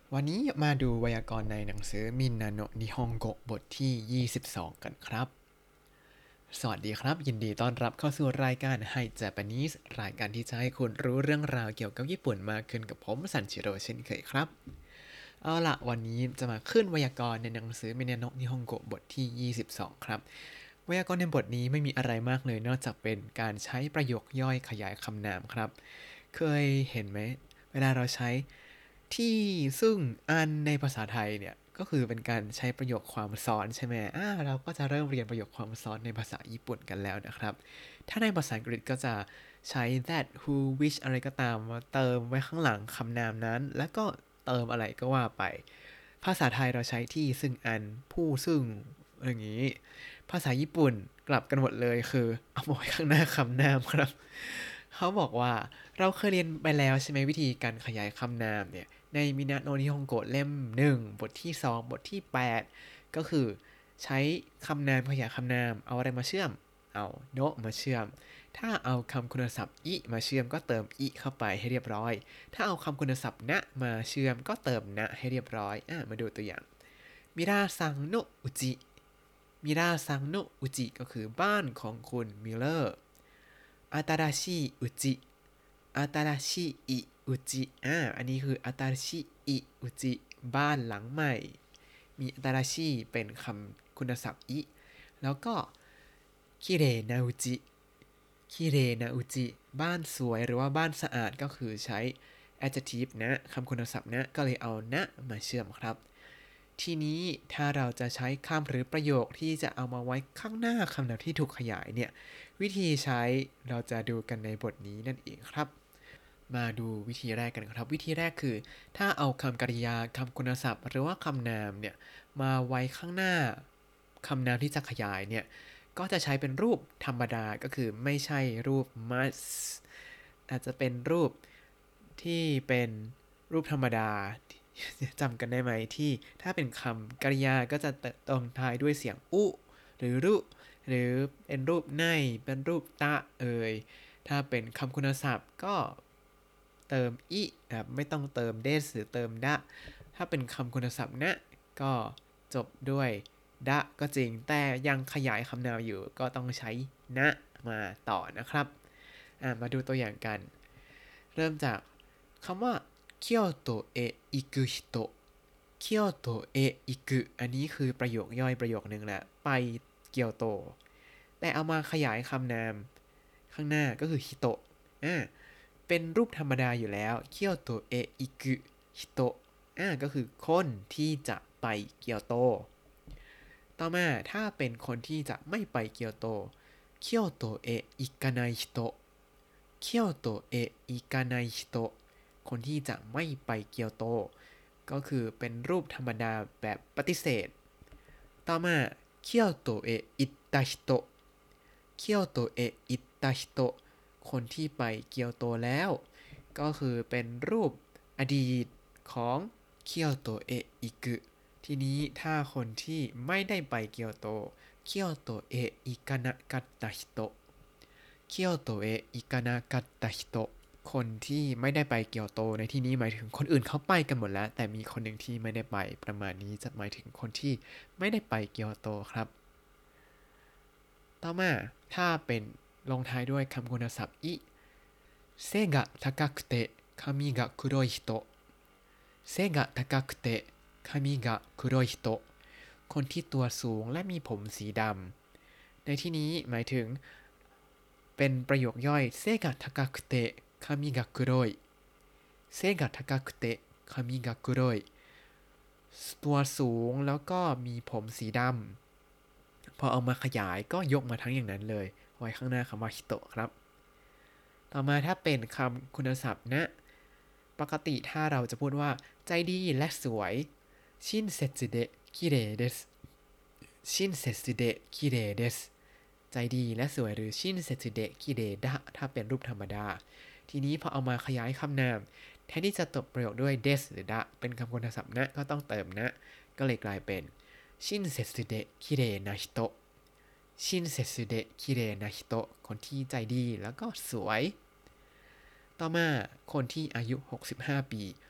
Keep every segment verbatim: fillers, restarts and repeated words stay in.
วันนี้มาดูไวยากรณ์ในหนังสือมินนาโนะนิฮงโกะบทที่ยี่สิบสองกันครับสวัสดีครับยินดีต้อนรับเข้าสู่รายการไฮเจแปนิสรายการที่จะให้คุณรู้เรื่องราวเกี่ยวกับญี่ปุ่นมากขึ้นกับผมซันชิโร่เช่นเคยครับเอาล่ะวันนี้จะมาขึ้นไวยากรณ์ในหนังสือมินนาโนะนิฮงโกะบทที่ยี่สิบสองครับไวยากรณ์ในบทนี้ไม่มีอะไรมากเลยนอกจากเป็นการใช้ประโยคย่อยขยายคำนามครับเคยเห็นไหมเวลาเราใช้ ที่ซึ่งอันในภาษาไทยเนี่ยก็คือเป็นการใช้ประโยคความซ้อนใช่ไหมอ่าเราก็จะเริ่มเรียนประโยคความซ้อนในภาษาญี่ปุ่นกันแล้วนะครับถ้าในภาษาอังกฤษก็จะใช้ that who which อะไรก็ตามมาเติมไว้ข้างหลังคำนามนั้นแล้วก็เติมอะไรก็ว่าไปภาษาไทยเราใช้ที่ซึ่งอันผู้ซึ่งอย่างนี้ภาษาญี่ปุ่นกลับกันหมดเลยคือเอามาไว้ข้างหน้าคำนามครับเขาบอกว่าเราเคยเรียนไปแล้วใช่ไหมวิธีการขยายคำนามเนี่ย ในมินาโนนิฮงโกะเล่มหนึ่งบทที่สองบทที่แปดก็คือใช้คำนามขยายคำนามเอาอะไรมาเชื่อมเอาโนะมาเชื่อมถ้าเอาคำคุณศัพท์อิมาเชื่อมก็เติมอิเข้าไปให้เรียบร้อยถ้าเอาคำคุณศัพท์นะมาเชื่อมก็เติมนะให้เรียบร้อยอ่ะมาดูตัวอย่างมิราซังโนะอุจิมิราซังโนะอุจิก็คือบ้านของคุณมิลเลอร์อาตาราชิอุจิ อาตาราชิอิอุจิอ่าอันนี้คืออาตาราชิอิอุจิบ้านหลังใหม่มีอาตาราชิเป็นคำคุณศัพท์อิแล้วก็คิเรนาอุจิคิเรนาอุจิบ้านสวยหรือว่าบ้านสะอาดก็คือใช้ adjective นะคำคุณศัพท์นะก็เลยเอานะมาเชื่อมครับทีนี้ถ้าเราจะใช้คำหรือประโยคที่จะเอามาไว้ข้างหน้าคำนามที่ถูกขยายเนี่ยวิธีใช้เราจะดูกันในบทนี้นั่นเองครับมาดูวิธีแรกกันครับวิธีแรกคือถ้าเอาคำกริยาคำคุณศัพท์หรือว่าคำนามเนี่ยมาไว้ข้างหน้าคำนามที่จะขยายเนี่ยก็จะใช้เป็นรูปธรรมดาก็คือไม่ใช่รูป must อาจจะเป็นรูปที่เป็นรูปธรรมดาจำกันได้ไหมที่ถ้าเป็นคำกริยาก็จะตรงท้ายด้วยเสียงอุหรือรุหรือเป็นรูปไนเป็นรูปตะเอ่ยถ้าเป็นคำคุณศัพท์ก็เติมอินะครับไม่ต้องเติมเดสหรือเติมดะถ้าเป็นคำคุณศัพท์นะก็จบด้วยดะก็จริงแต่ยังขยายคำนามอยู่ก็ต้องใช้นะมาต่อนะครับมาดูตัวอย่างกันเริ่มจากคำว่าเคียวโตเอะอิกุฮิโตะเคียวโตเอะอิกุอันนี้คือประโยคย่อยประโยคนึงแหละไปเกียวโตแต่เอามาขยายคำนามข้างหน้าก็คือฮิโตะอ่าเป็นรูปธรรมดาอยู่แล้วเคียวโตเอะอิกุฮิโตะอ่าก็คือคนที่จะไปเกียวโตต่อมาถ้าเป็นคนที่จะไม่ไปเกียวโตเคียวโตเอะอิกาไนฮิโตะเคียวโตเอะอิกาไนฮิโตะคนที่จะไม่ไปเกียวโตก็คือเป็นรูปธรรมดาแบบปฏิเสธต่อมาเคียวโตเอะอิตาฮิโตะเคียวโตเอะอิตาฮิโตะคนที่ไปเกียวโตแล้วก็คือเป็นรูปอดีตของเคียวโตเอะอิกุทีนี้ถ้าคนที่ไม่ได้ไปเกียวโตเคียวโตเอะอิกานะกัตตาฮิโตะเคียวโตเอะอิกานะกัตตาฮิโตะคนที่ไม่ได้ไปเกียวโตในที่นี้หมายถึงคนอื่นเขาไปกันหมดแล้วแต่มีคนหนึ่งที่ไม่ได้ไปประมาณนี้จะหมายถึงคนที่ไม่ได้ไปเกียวโตครับต่อมาถ้าเป็นลงท้ายด้วยคำคุณศัพท์อิ背が高くて髪が黒い人背が高くて髪が黒い人คนที่ตัวสูงและมีผมสีดำในที่นี้หมายถึงเป็นประโยคย่อย背が高くて髪が黒い背が高くて髪が黒いตัวสูงแล้วก็มีผมสีดำพอเอามาขยายก็ยกมาทั้งอย่างนั้นเลยไว้ข้างหน้าคำว่าฮิโตะครับต่อมาถ้าเป็นคำคุณศัพท์นะปกติถ้าเราจะพูดว่าใจดีและสวยชินเซ็ตสึเดะคิเรเดสชินเซ็ตสึเดะคิเรเดสใจดีและสวยหรือชินเซ็ตสึเดะคิเรดะถ้าเป็นรูปธรรมดาทีนี้พอเอามาขยายคำนามแทนที่จะตบประโยคด้วยเดสหรือดะเป็นคำคุณศัพท์นะก็ต้องเติมนะก็เลยกลายเป็นชินเซ็ตสึเดะคิเรนะฮิโตะชินเซ็ตสึเดะคิเรนะฮิโตะคนที่ใจดีแล้วก็สวยต่อมาคนที่อายุหกสิบห้าปี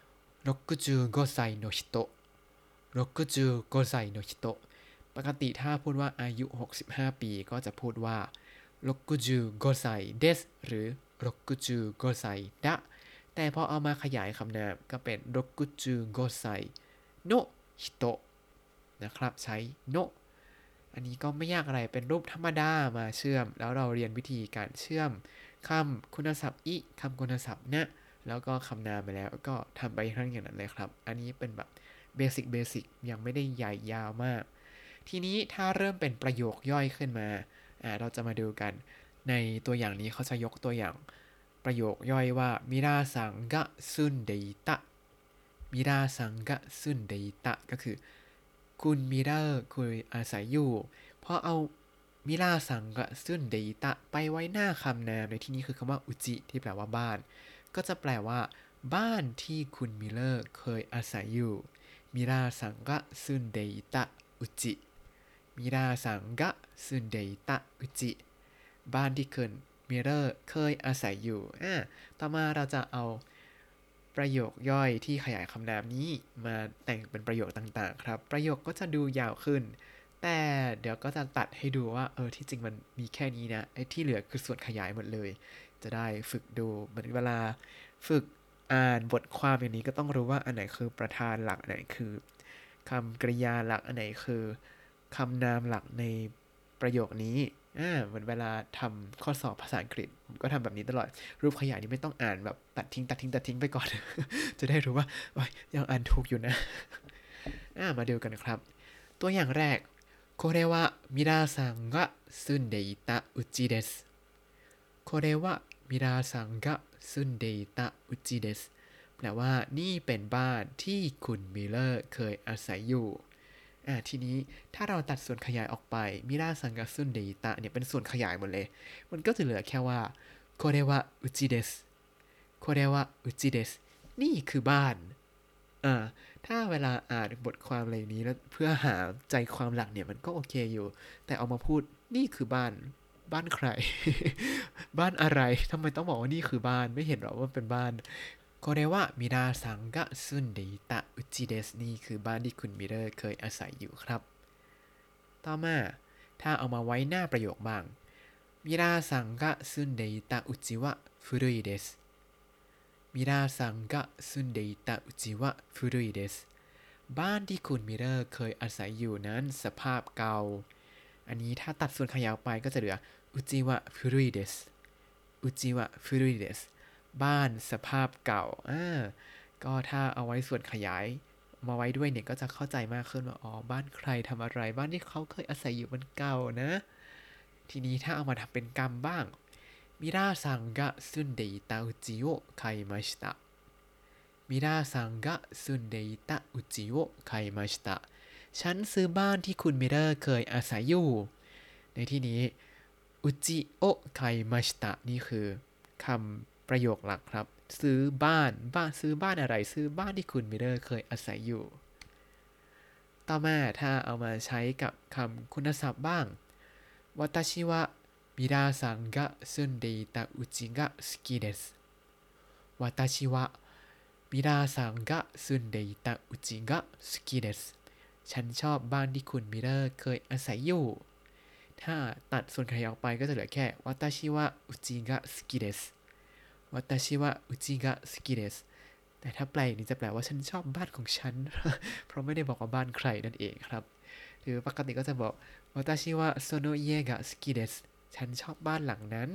ろくじゅうごさいの人ろくじゅうごさいの人ปกติถ้าพูดว่าอายุหกสิบห้าปีก็จะพูดว่าろくじゅうごさいですหรือろくじゅうごさいだแต่พอเอามาขยายคำนามก็เป็นろくじゅうごさいの人นะครับใช้โนอันนี้ก็ไม่ยากอะไรเป็นรูปธรรมดามาเชื่อมแล้วเราเรียนวิธีการเชื่อมคำคุณศัพท์อิคำคุณศัพท์นะแล้วก็คำนามไปแล้วก็ทำไปทั้งอย่างนั้นเลยครับอันนี้เป็นแบบเบสิกเบสิกยังไม่ได้ใหญ่ยาวมากทีนี้ถ้าเริ่มเป็นประโยคย่อยขึ้นมาอ่าเราจะมาดูกันในตัวอย่างนี้เขาจะยกตัวอย่างประโยคย่อยว่ามิราซังกะซุนเดอิตะมิราซังกะซุนเดอิตะก็คือคุณมิราเคยอาศัยอยู่พอเอามิราซังกะซุนเดอิตะไปไว้หน้าคำนามในที่นี้คือคำว่าอุจิที่แปลว่าบ้านก็จะแปลว่าบ้านที่คุณมิเลอร์เคยอาศัยอยู่มิราซังกะซุนเดอิตะอุจิมิราซังกะซุนเดอิตะอุจิบ้านที่คุณมิเลอร์เคยอาศัยอยู่อ่าต่อมาเราจะเอาประโยคย่อยที่ขยายคำนามนี้มาแต่งเป็นประโยคต่างๆครับประโยคก็จะดูยาวขึ้นแต่เดี๋ยวก็จะตัดให้ดูว่าเออที่จริงมันมีแค่นี้นะไอ้ที่เหลือคือส่วนขยายหมดเลยจะได้ฝึกดูเหมือนเวลาฝึกอ่านบทความอย่างนี้ก็ต้องรู้ว่าอันไหนคือประธานหลักอันไหนคือคำกริยาหลักอันไหนคือคำนามหลักในประโยคนี้อ่าเหมือนเวลาทำข้อสอบภาษาอังกฤษผมก็ทำแบบนี้ตลอดรูปขยายนี่ไม่ต้องอ่านแบบตัดทิ้งตัดทิ้งตัดทิ้งไปก่อน จะได้รู้ว่ายังอ่านถูกอยู่นะอ่ามาดูกันครับตัวอย่างแรกこれは皆さんが住んでいた家ですこれは皆さんが住んでいた家ですแปลว่านี่เป็นบ้านที่คุณมิลเลอร์เคยอาศัยอยู่อ่าทีนี้ถ้าเราตัดส่วนขยายออกไปมิราซังกะซุนเดอิตะเนี่ยเป็นส่วนขยายหมดเลยมันก็จะเหลือแค่ว่าโคเรวะอุจิเดสโคเรวะอุจิเดสนี่คือบ้านอ่าถ้าเวลาอ่านบทความอะไรนี้แล้วเพื่อหาใจความหลักเนี่ยมันก็โอเคอยู่แต่เอามาพูดนี่คือบ้านบ้านใคร บ้านอะไรทำไมต้องบอกว่านี่คือบ้านไม่เห็นหรอว่าเป็นบ้านこれは皆さんが住んでいた家ですนี่คือบ้านที่คุณมิเลอร์เคยอาศัยอยู่ครับต่อมาถ้าเอามาไว้หน้าประโยคบ้าง皆さんが住んでいた家は古いです皆さんが住んでいた家は古いですบ้านที่คุณมิเลอร์เคยอาศัยอยู่นั้นสภาพเก่าอันนี้ถ้าตัดส่วนขยายไปก็จะเหลืออุจิวะฟุรุยเดสอุจิวะฟุรุยเดสบ้านสภาพเก่าอ่าก็ถ้าเอาไว้ส่วนขยายมาไว้ด้วยเนี่ยก็จะเข้าใจมากขึ้นว่าอ๋อบ้านใครทำอะไรบ้านที่เขาเคยอาศัยอยู่มันเก่านะทีนี้ถ้าเอามาทำเป็นกรรมบ้างมิราซังกะซุนเดอิตะอุจิโอไคมาชิตะมิราซังกะซุนเดอิตะอุจิโอไคมาชิตะฉันซื้อบ้านที่คุณมิเลอร์เคยอาศัยอยู่ในที่นี้อุจิโอไคมาชิตะนี่คือคำประโยคหลักครับซื้อบ้านบ้านซื้อบ้านอะไรซื้อบ้านที่คุณมิเลอร์เคยอาศัยอยู่ต่อมาถ้าเอามาใช้กับคำคุณศัพท์บ้างวาตาชิวะมิราซังกะซุนเดอิตะอุจิกะสกิเดสวาตาชิวะมิราซังกะซุนเดอิตะอุจิกะสกิเดสฉันชอบบ้านที่คุณมิเลอร์เคยอาศัยอยู่ถ้าตัดส่วนขยายออกไปก็จะเหลือแค่วาตาชิวะอุจิกะสกิเดสวาตาชิวะอุจิกะสกิเดสแต่ถ้าแปลนี้จะแปลว่าฉันชอบบ้านของฉัน เพราะไม่ได้บอกว่าบ้านใครนั่นเองครับหรือปกติก็จะบอกวาตาชิวะโซโนเยกะสกิเดสฉันชอบบ้านหลังนั้น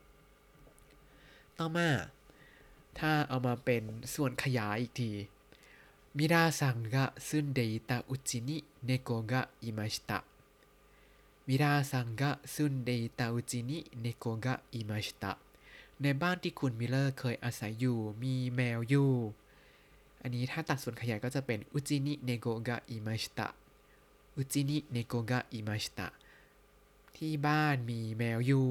ต่อมาถ้าเอามาเป็นส่วนขยายอีกทีมิราซังが住んでいたうちに猫がいましたมิราซังが住んでいたうちに猫がいましたในบ้านที่คุณมิลเลอร์เคยอาศัยอยู่มีแมวอยู่อันนี้ถ้าตัดส่วนขยายก็จะเป็นอุจินิเนโกะがいましたอุจินิเนโกะがいましたที่บ้านมีแมวอยู่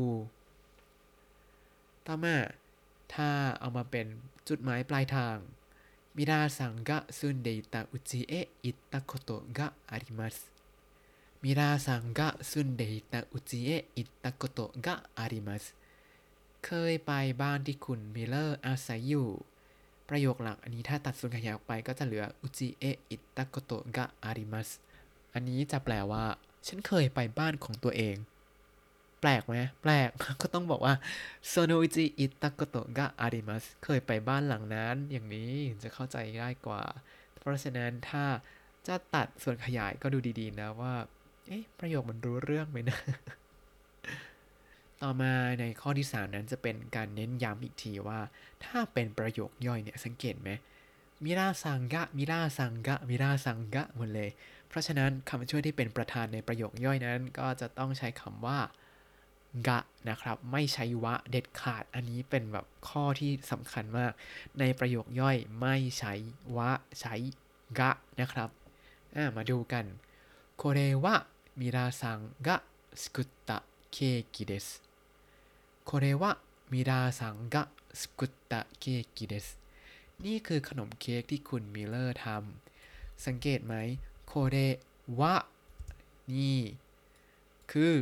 ต่อมาถ้าเอามาเป็นจุดหมายปลายทางมิราซังが住んでいたうちへ行ったことがありますมิราซังが住んでいたうちへ行ったことがありますเคยไปบ้านที่คุณมิลเลอร์อาศัยอยู่แปประโยคหลักอันนี้ถ้าตัดส่วนขยายออกไปก็จะเหลืออุจิเอะอิตะโกโตะกะอาริมัสอันนี้จะแปลว่าฉันเคยไปบ้านของตัวเองแปลกไหมแปลก ก็ต้องบอกว่าโซโนอุจิอิตะโกโตะกะอาริมัสเคยไปบ้านหลังนั้นอย่างนี้จะเข้าใจง่ายกว่าเพราะฉะนั้นถ้าจะตัดส่วนขยายก็ดูดีๆนะว่าเอ๊ะประโยคมันรู้เรื่องไหมนะ ต่อมาในข้อที่สามนั้นจะเป็นการเน้นย้ำอีกทีว่าถ้าเป็นประโยคย่อยเนี่ยสังเกตไหมมิราซังกะมิราซังกะมิราซังกะหมดเลยเพราะฉะนั้นคำช่วยที่เป็นประธานในประโยคย่อยนั้นก็จะต้องใช้คำว่ากะนะครับไม่ใช้วะเด็ดขาดอันนี้เป็นแบบข้อที่สำคัญมากในประโยคย่อยไม่ใช้วะใช้กะนะครับมาดูกันโคเรวะมิราซังกะสกุตตะเคกิเดสこれはミラーさんが作ったケーキですนี่คือขนมเค้กที่คุณมิลเลอร์ทำสังเกตไหมโคเรวะนี่คือ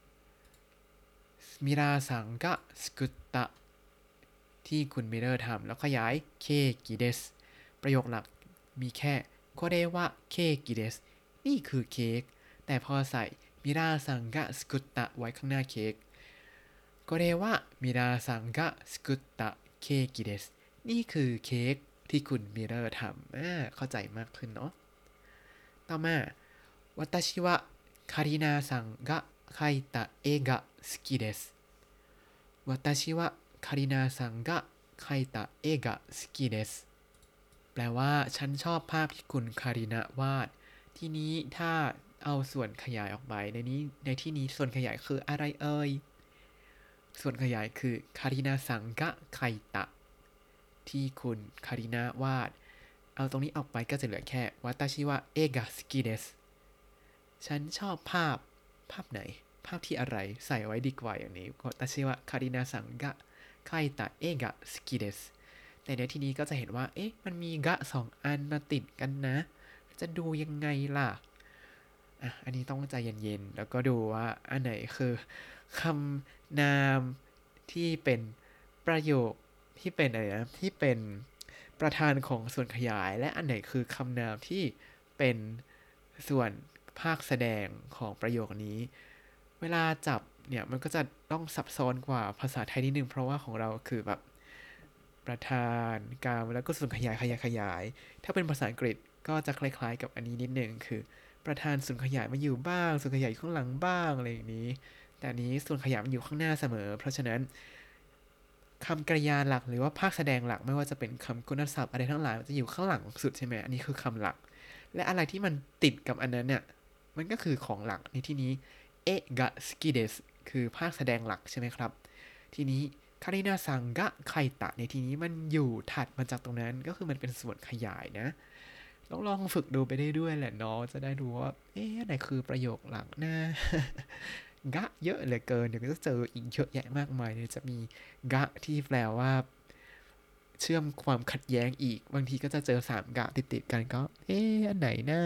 มิราซังกะสกุตตะที่คุณมิลเลอร์ทำแล้วขยายเคกิเดสประโยคหลักมีแค่โคเรวะเคกิเดสนี่คือเค้กแต่พอใส่มิราซังกะสกุตตะไว้ข้างหน้าเค้กこれはミラーさんが作ったケーキですนี่คือเค้กที่คุณมิลเลอร์ทำเข้าใจมากขึ้นเนาะต่อมา私はカリナさんが描いた絵が好きです私はカリナさんが描いた絵が好きですแปลว่าฉันชอบภาพที่คุณคารินะวาดทีนี้ถ้าเอาส่วนขยายออกไปในนี้ในที่นี้ส่วนขยายคืออะไรเอ่ยส่วนขยายคือคารินาซังกะไคตะที่คุณคารินาวาดเอาตรงนี้ออกไปก็จะเหลือแค่วัตชิวะเอกะสกิเดสฉันชอบภาพภาพไหนภาพที่อะไรใส่ไว้ดีกว่าอย่างนี้วัตชิวะคารินาซังกะไคตะเอกะสกิเดสแต่ในที่นี้ก็จะเห็นว่าเอ๊ะมันมีกะสองอันมาติดกันนะจะดูยังไงล่ะอ่ะอันนี้ต้องใจเย็นๆแล้วก็ดูว่าอันไหนคือคำนามที่เป็นประโยคที่เป็นอะไรนะที่เป็นประธานของส่วนขยายและอันไหนคือคำนามที่เป็นส่วนภาคแสดงของประโยคนี้เวลาจับเนี่ยมันก็จะต้องซับซ้อนกว่าภาษาไทยนิดนึงเพราะว่าของเราคือแบบประธานกรรมแล้วก็ส่วนขยายขยายขยายถ้าเป็นภาษาอังกฤษก็จะคล้ายๆกับอันนี้นิดนึงคือประธานส่วนขยายมาอยู่บ้างส่วนขยายอยู่ข้างหลังบ้างอะไรอย่างนี้แต่นี้ส่วนขยายมันอยู่ข้างหน้าเสมอเพราะฉะนั้นคำกริยาหลักหรือว่าภาคแสดงหลักไม่ว่าจะเป็นคำคุณศัพท์อะไรทั้งหลายมันจะอยู่ข้างหลังสุดใช่ไหมอันนี้คือคำหลักและอะไรที่มันติดกับอันนั้นเนี่ยมันก็คือของหลักในที่นี้เอะกะสกิเดสคือภาคแสดงหลักใช่ไหมครับทีนี้คารินาซังกะไคตะในที่นี้มันอยู่ถัดมาจากตรงนั้นก็คือมันเป็นส่วนขยายนะต้องลองฝึกดูไปได้ด้วยแหละเนาะจะได้รู้ว่าเอ๊ะไหนคือประโยคหลักนะกะเยอะเหลือเกินเดี๋ยวก็จะเจออีกเยอะแยะมากมายเนี่ยจะมีกะที่แปลว่าเชื่อมความขัดแย้งอีกบางทีก็จะเจอสามกะติดๆกันก็เอ๊ะอันไหนนะ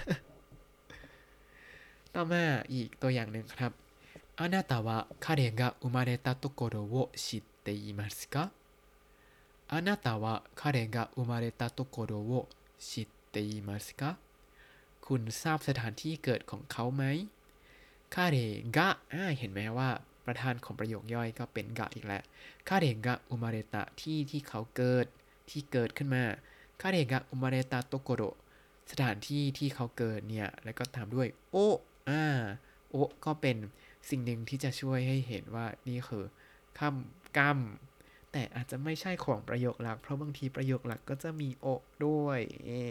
ต่อมาอีกตัวอย่างหนึ่งครับあなたは彼が生まれたところを知っていますかあなたは彼が生まれたところを知っていますかคุณทราบสถานที่เกิดของเขาไหมคาเรกะเห็นไหมว่าประธานของประโยคย่อยก็เป็นกะอีกแล้วคาเรกะอุมาเรตะที่ที่เขาเกิดที่เกิดขึ้นมาคาเรกะอุมาเรตะโตโกโรสถานที่ที่เขาเกิดเนี่ยแล้วก็ตามด้วยโออ่าโอก็เป็นสิ่งหนึ่งที่จะช่วยให้เห็นว่านี่คือคำกรรมแต่อาจจะไม่ใช่ของประโยคหลักเพราะบางทีประโยคหลักก็จะมีโอด้วยเอ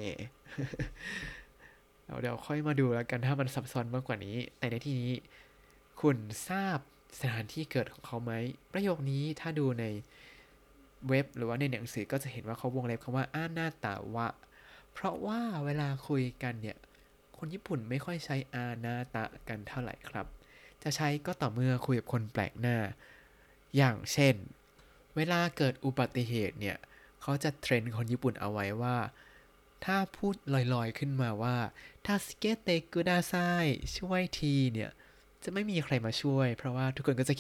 เดี๋ยวค่อยมาดูแล้วกันถ้ามันซับซ้อนมากกว่านี้แต่ในที่นี้คุณทราบสถานที่เกิดของเขาไหมประโยคนี้ถ้าดูในเว็บหรือว่าในหนังสือก็จะเห็นว่าเขาวงเล็บคำว่าอานาตาวะเพราะว่าเวลาคุยกันเนี่ยคนญี่ปุ่นไม่ค่อยใช้อานาตะกันเท่าไหร่ครับจะใช้ก็ต่อเมื่อคุยกับคนแปลกหน้าอย่างเช่นเวลาเกิดอุบัติเหตุเนี่ยเขาจะเทรนคนญี่ปุ่นเอาไว้ว่าถ้าพูดลอยๆขึ้นมาว่าถ้าสเกตเตกุดาไซช่วยทีเนี่ยจะไม่มีใครมาช่วยเพราะว่าทุกคนก็จะคิดว่าเอ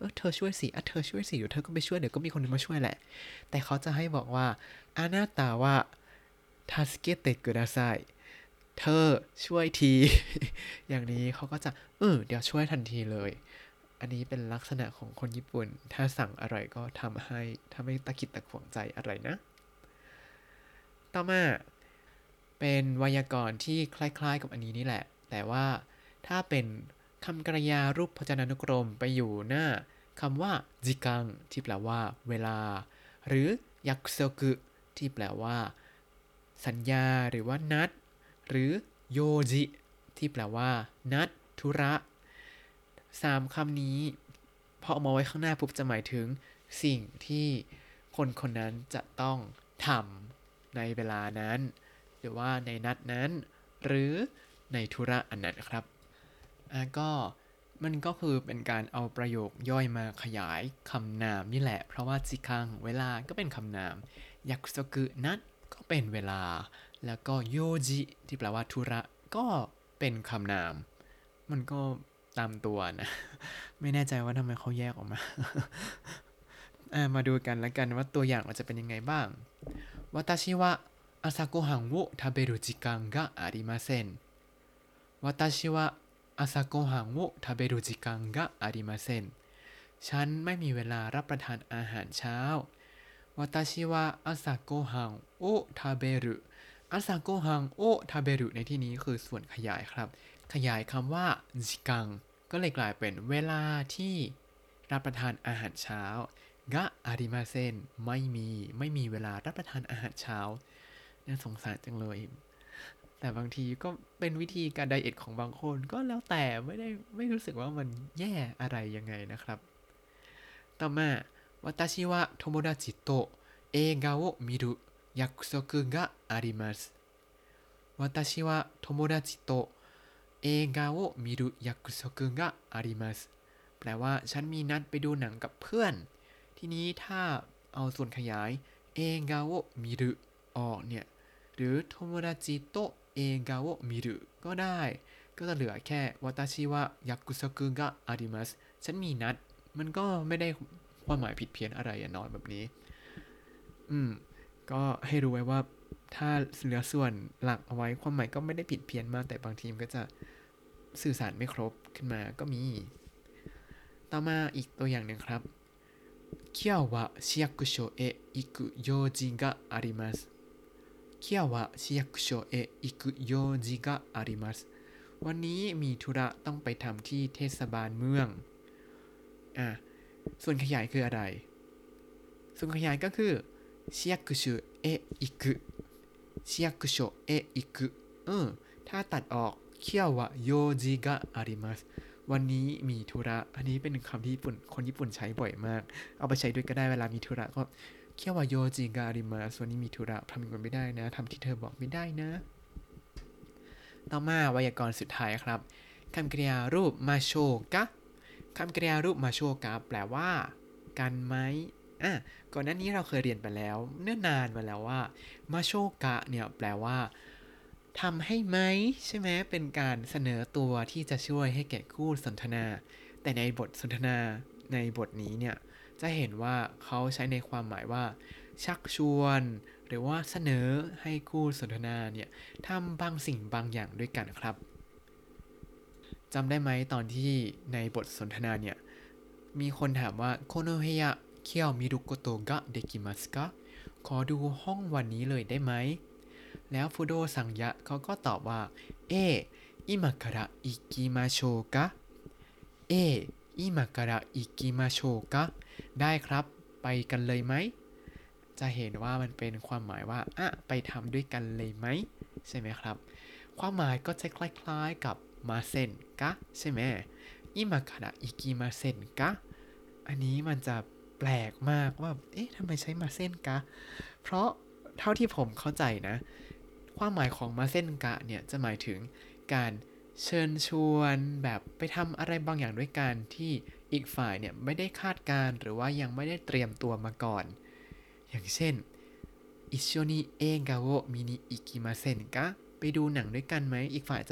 อเธอช่วยสิอ่ะเธอช่วยสิเดี๋ยวเธอก็ไปช่วยเดี๋ยวก็มีคนนึงมาช่วยแหละแต่เขาจะให้บอกว่าอานาตาว่าทาสเกเตกุดาไซเธอช่วยที อย่างนี้เขาก็จะเออเดี๋ยวช่วยทันทีเลยอันนี้เป็นลักษณะของคนญี่ปุ่นถ้าสั่งอะไรก็ทำให้ถ้าไม่ตะกิดตะขวงใจอะไรนะต่อมาเป็นไวยากรณ์ที่คล้ายๆกับอันนี้นี่แหละแต่ว่าถ้าเป็นคำกริยารูปพจนานุกรมไปอยู่หน้าคำว่าจิกังที่แปลว่าเวลาหรือยักโซกุที่แปลว่าสัญญาหรือว่านัดหรือโยจิที่แปลว่านัดธุระสามคำนี้พอเอามาไว้ข้างหน้าปุ๊บจะหมายถึงสิ่งที่คนคนนั้นจะต้องทำในเวลานั้นหรือว่าในนัดนั้นหรือในธุระอันนั้นครับอ่ะก็มันก็คือเป็นการเอาประโยคย่อยมาขยายคำนามนี่แหละเพราะว่าจิคังเวลาก็เป็นคำนามยักโซกุนัดก็เป็นเวลาแล้วก็โยจิที่แปลว่าธุระก็เป็นคำนามมันก็ตามตัวนะไม่แน่ใจว่าทำไมเขาแยกออกมา อ่ะมาดูกันแล้วกันว่าตัวอย่างมันจะเป็นยังไงบ้างวาตาชิวะอาซาโกฮังโอทาเบรุจิกังกะอาริมาเซ็นวาตาชิวะอาซาโกฮังโอทาเบรุจิกังกะอาริมาเซ็นฉันไม่มีเวลารับประทานอาหารเช้าวาตาชิวะอาซาโกฮังโอทาเบรุอาซาโกฮังโอทาเบรุในที่นี้คือส่วนขยายครับขยายคำว่าจิกังก็เลยกลายเป็นเวลาที่รับประทานอาหารเช้ากะอาริมาเซนไม่มีไม่มีเวลารับประทานอาหารเช้าน่าสงสารจังเลยแต่บางทีก็เป็นวิธีการไดเอทของบางคนก็แล้วแต่ไม่ได้ไม่รู้สึกว่ามันแย่อะไรยังไงนะครับต่อมาวาตาชิวะโทโมดาจิโตะเอกาโอมิรุยักโซกุกะอาริมัสวาตาชิวะโทโมดาจิโตะเอกาโอมิรุยักโซกุกะอาริมัสแปลว่าฉันมีนัดไปดูหนังกับเพื่อนทีนี้ถ้าเอาส่วนขยายเอกาโอมิรุออกเนี่ยหรือโทโมดาจิโตะเอกาโอมิรุก็ได้ก็จะเหลือแค่วาตาชิวะยักโซกุกะอาริมัสฉันมีนัดมันก็ไม่ได้ความหมายผิดเพี้ยนอะไรอ่ะน้อยแบบนี้อืมก็ให้รู้ไว้ว่าถ้าเหลือส่วนหลักเอาไว้ความหมายก็ไม่ได้ผิดเพี้ยนมากแต่บางทีมันก็จะสื่อสารไม่ครบขึ้นมาก็มีต่อมาอีกตัวอย่างหนึ่งครับ今日は市役所へ行く用事があります今日は市役所へ行く用事がありますวันนี้มีธุระต้องไปทำที่เทศบาลเมืองอ่ะส่วนขยายคืออะไรส่วนขยายก็คือ市役所へ行く市役所へ行くเออถ้าตัดออก今日は用事がありますวันนี้มีธุระอันนี้เป็นคำที่ญี่ปุ่นคนญี่ปุ่นใช้บ่อยมากเอาไปใช้ด้วยก็ได้เวลามีธุระก็เคียวว่าโยจิการิมาส่วนนี้มีธุระทำอย่างนั้นไม่ได้นะทำที่เธอบอกไม่ได้นะต่อมาไวยากรณ์สุดท้ายครับคำกริยารูปมาโชกะคำกริยารูปมาโชกะแปลว่ากันไหมอ่ะก่อนหน้านี้เราเคยเรียนไปแล้วเนิ่นนานมาแล้วว่ามาโชกะเนี่ยแปลว่าทำให้ไหมใช่ไหมเป็นการเสนอตัวที่จะช่วยให้แก่คู่สนทนาแต่ในบทสนทนาในบทนี้เนี่ยจะเห็นว่าเขาใช้ในความหมายว่าชักชวนหรือว่าเสนอให้คู่สนทนาเนี่ยทำบางสิ่งบางอย่างด้วยกันครับจำได้ไหมตอนที่ในบทสนทนาเนี่ยมีคนถามว่าโคโนเฮยะเคียวมิรุโกโตะกะเดกิมัสกะขอดูห้องวันนี้เลยได้ไหมแล้วฟูโดซังยะเขาก็ตอบว่าเออิมะการะอิกิมาโชกะเออิมะการะอิกิมาโชกะได้ครับไปกันเลยไหมจะเห็นว่ามันเป็นความหมายว่าอ่ะไปทำด้วยกันเลยไหมใช่ไหมครับความหมายก็จะคล้ายๆกับมาเซ็นกะใช่ไหมอิมะการะอิกิมาเซ็นกะอันนี้มันจะแปลกมากว่าเอ๊ะทำไมใช้มาเซ็นกะเพราะเท่าที่ผมเข้าใจนะความหมายของมาเซ็นกะเนี่ยจะหมายถึงการเชิญชวนแบบไปทำอะไรบางอย่างด้วยกันที่อีกฝ่ายเนี่ยไม่ได้คาดการหรือว่ายังไม่ได้เตรียมตัวมาก่อนอย่างเช่นอิโชนิเอะกาโอมินิอิกิมาเซ็นกะไปดูหนังด้วยกันไหมอีกฝ่ายจะแบบ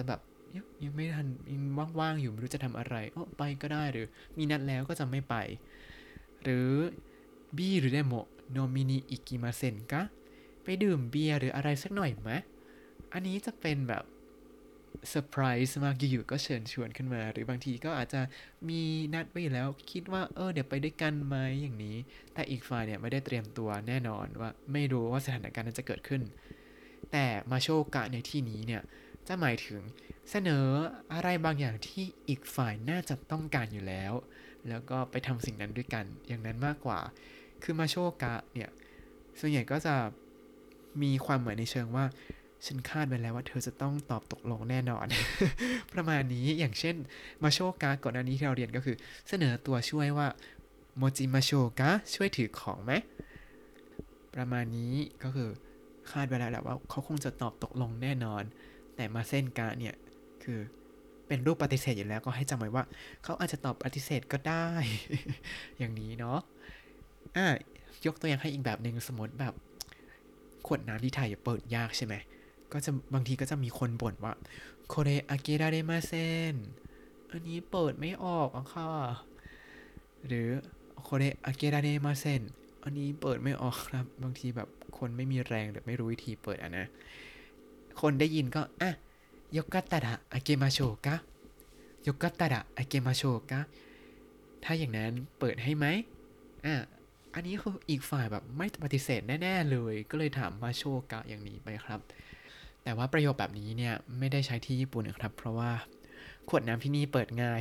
ยังยังไม่ทันยังว่างๆอยู่ไม่รู้จะทำอะไรโอ้ไปก็ได้หรือมีนัดแล้วก็จะไม่ไปหรือビールでも飲みに行きませんかไปดื่มเบียร์หรืออะไรสักหน่อยไหมอันนี้จะเป็นแบบเซอร์ไพรส์มากอยู่ๆก็เชิญชวนขึ้นมาหรือบางทีก็อาจจะมีนัดไว้อยู่แล้วคิดว่าเออเดี๋ยวไปด้วยกันไหมอย่างนี้แต่อีกฝ่ายเนี่ยไม่ได้เตรียมตัวแน่นอนว่าไม่รู้ว่าสถานการณ์นั้นจะเกิดขึ้นแต่มาโชกะในที่นี้เนี่ยจะหมายถึงเสนออะไรบางอย่างที่อีกฝ่ายน่าจะต้องการอยู่แล้วแล้วก็ไปทำสิ่งนั้นด้วยกันอย่างนั้นมากกว่าคือมาโชกะเนี่ยส่วนใหญ่ก็จะมีความหมายในเชิงว่าฉันคาดไว้แล้วว่าเธอจะต้องตอบตกลงแน่นอน ประมาณนี้อย่างเช่นมาโชกะก่อนหน้านี้ที่เราเรียนก็คือเสนอตัวช่วยว่าโมจิมาโชกะช่วยถือของไหมประมาณนี้ก็คือคาดไว้แล้วแหละว่าเขาคงจะตอบตกลงแน่นอนแต่มาเส้นกะเนี่ยคือเป็นรูปปฏิเสธอยู่แล้วก็ให้จำไว้ว่าเขาอาจจะตอบปฏิเสธก็ได้ อย่างนี้เนาะอ่ะยกตัวอย่างให้อีกแบบหนึ่งสมมติแบบขวดน้ำที่ไทยเปิดยากใช่ไหมก็จะบางทีก็จะมีคนบ่นว่าโคเรอาเกะราเรมาเซนอันนี้เปิดไม่ออกอะค่ะหรือโคเรอาเกะราเรมาเซนอันนี้เปิดไม่ออกครับบางทีแบบคนไม่มีแรงหรือไม่รู้วิธีเปิดอะนะคนได้ยินก็อ่ะยกกัตตะระอาเกมาโชกะยกกัตตะระอาเกมาโชกะถ้าอย่างนั้นเปิดให้ไหมอ่ะอันนี้คืออีกฝ่ายแบบไม่ปฏิเสธแน่ๆเลยก็เลยถามมาโชกะอย่างนี้ไปครับแต่ว่าประโยคแบบนี้เนี่ยไม่ได้ใช้ที่ญี่ปุ่นนะครับเพราะว่าขวดน้ำที่นี่เปิดง่าย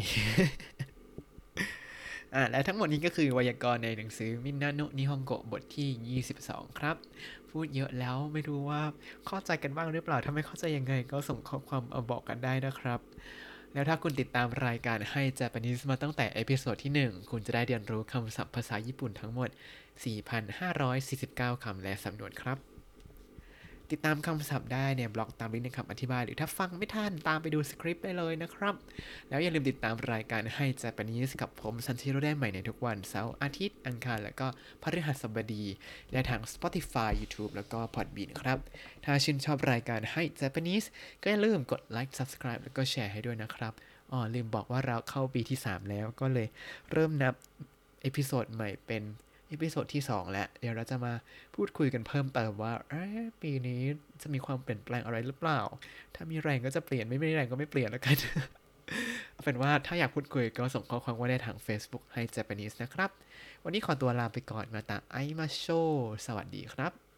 อ่าและทั้งหมดนี้ก็คือไวยากรณ์ในหนังสือมินาโนะนิฮงโกะบทที่ยี่สิบสองครับพูดเยอะแล้วไม่รู้ว่าเข้าใจกันบ้างหรือเปล่าถ้าไม่เข้าใจยังไงก็ส่งข้อความมาบอกกันได้นะครับแล้วถ้าคุณติดตามรายการให้ Japanese มาตั้งแต่เอพิโซดที่หนึ่งคุณจะได้เรียนรู้คำศัพท์ภาษาญี่ปุ่นทั้งหมด สี่พันห้าร้อยสี่สิบเก้า คำและสำนวนครับติดตามคำศัพท์ได้ในบล็อกตามลิงก์ในคำอธิบายหรือถ้าฟังไม่ทันตามไปดูสคริปต์ได้เลยนะครับแล้วอย่าลืมติดตามรายการให้ Japanese กับผมซันชิโร่ได้ใหม่ในทุกวันเสาร์อาทิตย์อังคารและก็พฤหัสบดีและทาง Spotify YouTube แล้วก็ Podbean ครับถ้าชื่นชอบรายการให้ Japanese ก็อย่าลืมกดไลค์ Subscribe แล้วก็แชร์ให้ด้วยนะครับอ๋อลืมบอกว่าเราเข้าปีที่สามแล้วก็เลยเริ่มนับเอพิโซดใหม่เป็นเอพิโซดที่สองแล้วเดี๋ยวเราจะมาพูดคุยกันเพิ่มเติมว่าเอ๊ะปีนี้จะมีความเปลี่ยนแปลงอะไรหรือเปล่าถ้ามีแรงก็จะเปลี่ยนไม่มีแรงก็ไม่เปลี่ยนแล้วกัน เอาเป็นว่าถ้าอยากพูดคุยก็ส่งข้อความมาได้ทาง Facebook ให้ Japanese นะครับวันนี้ขอตัวลาไปก่อนมาตาไอมาโชสวัสดีครับ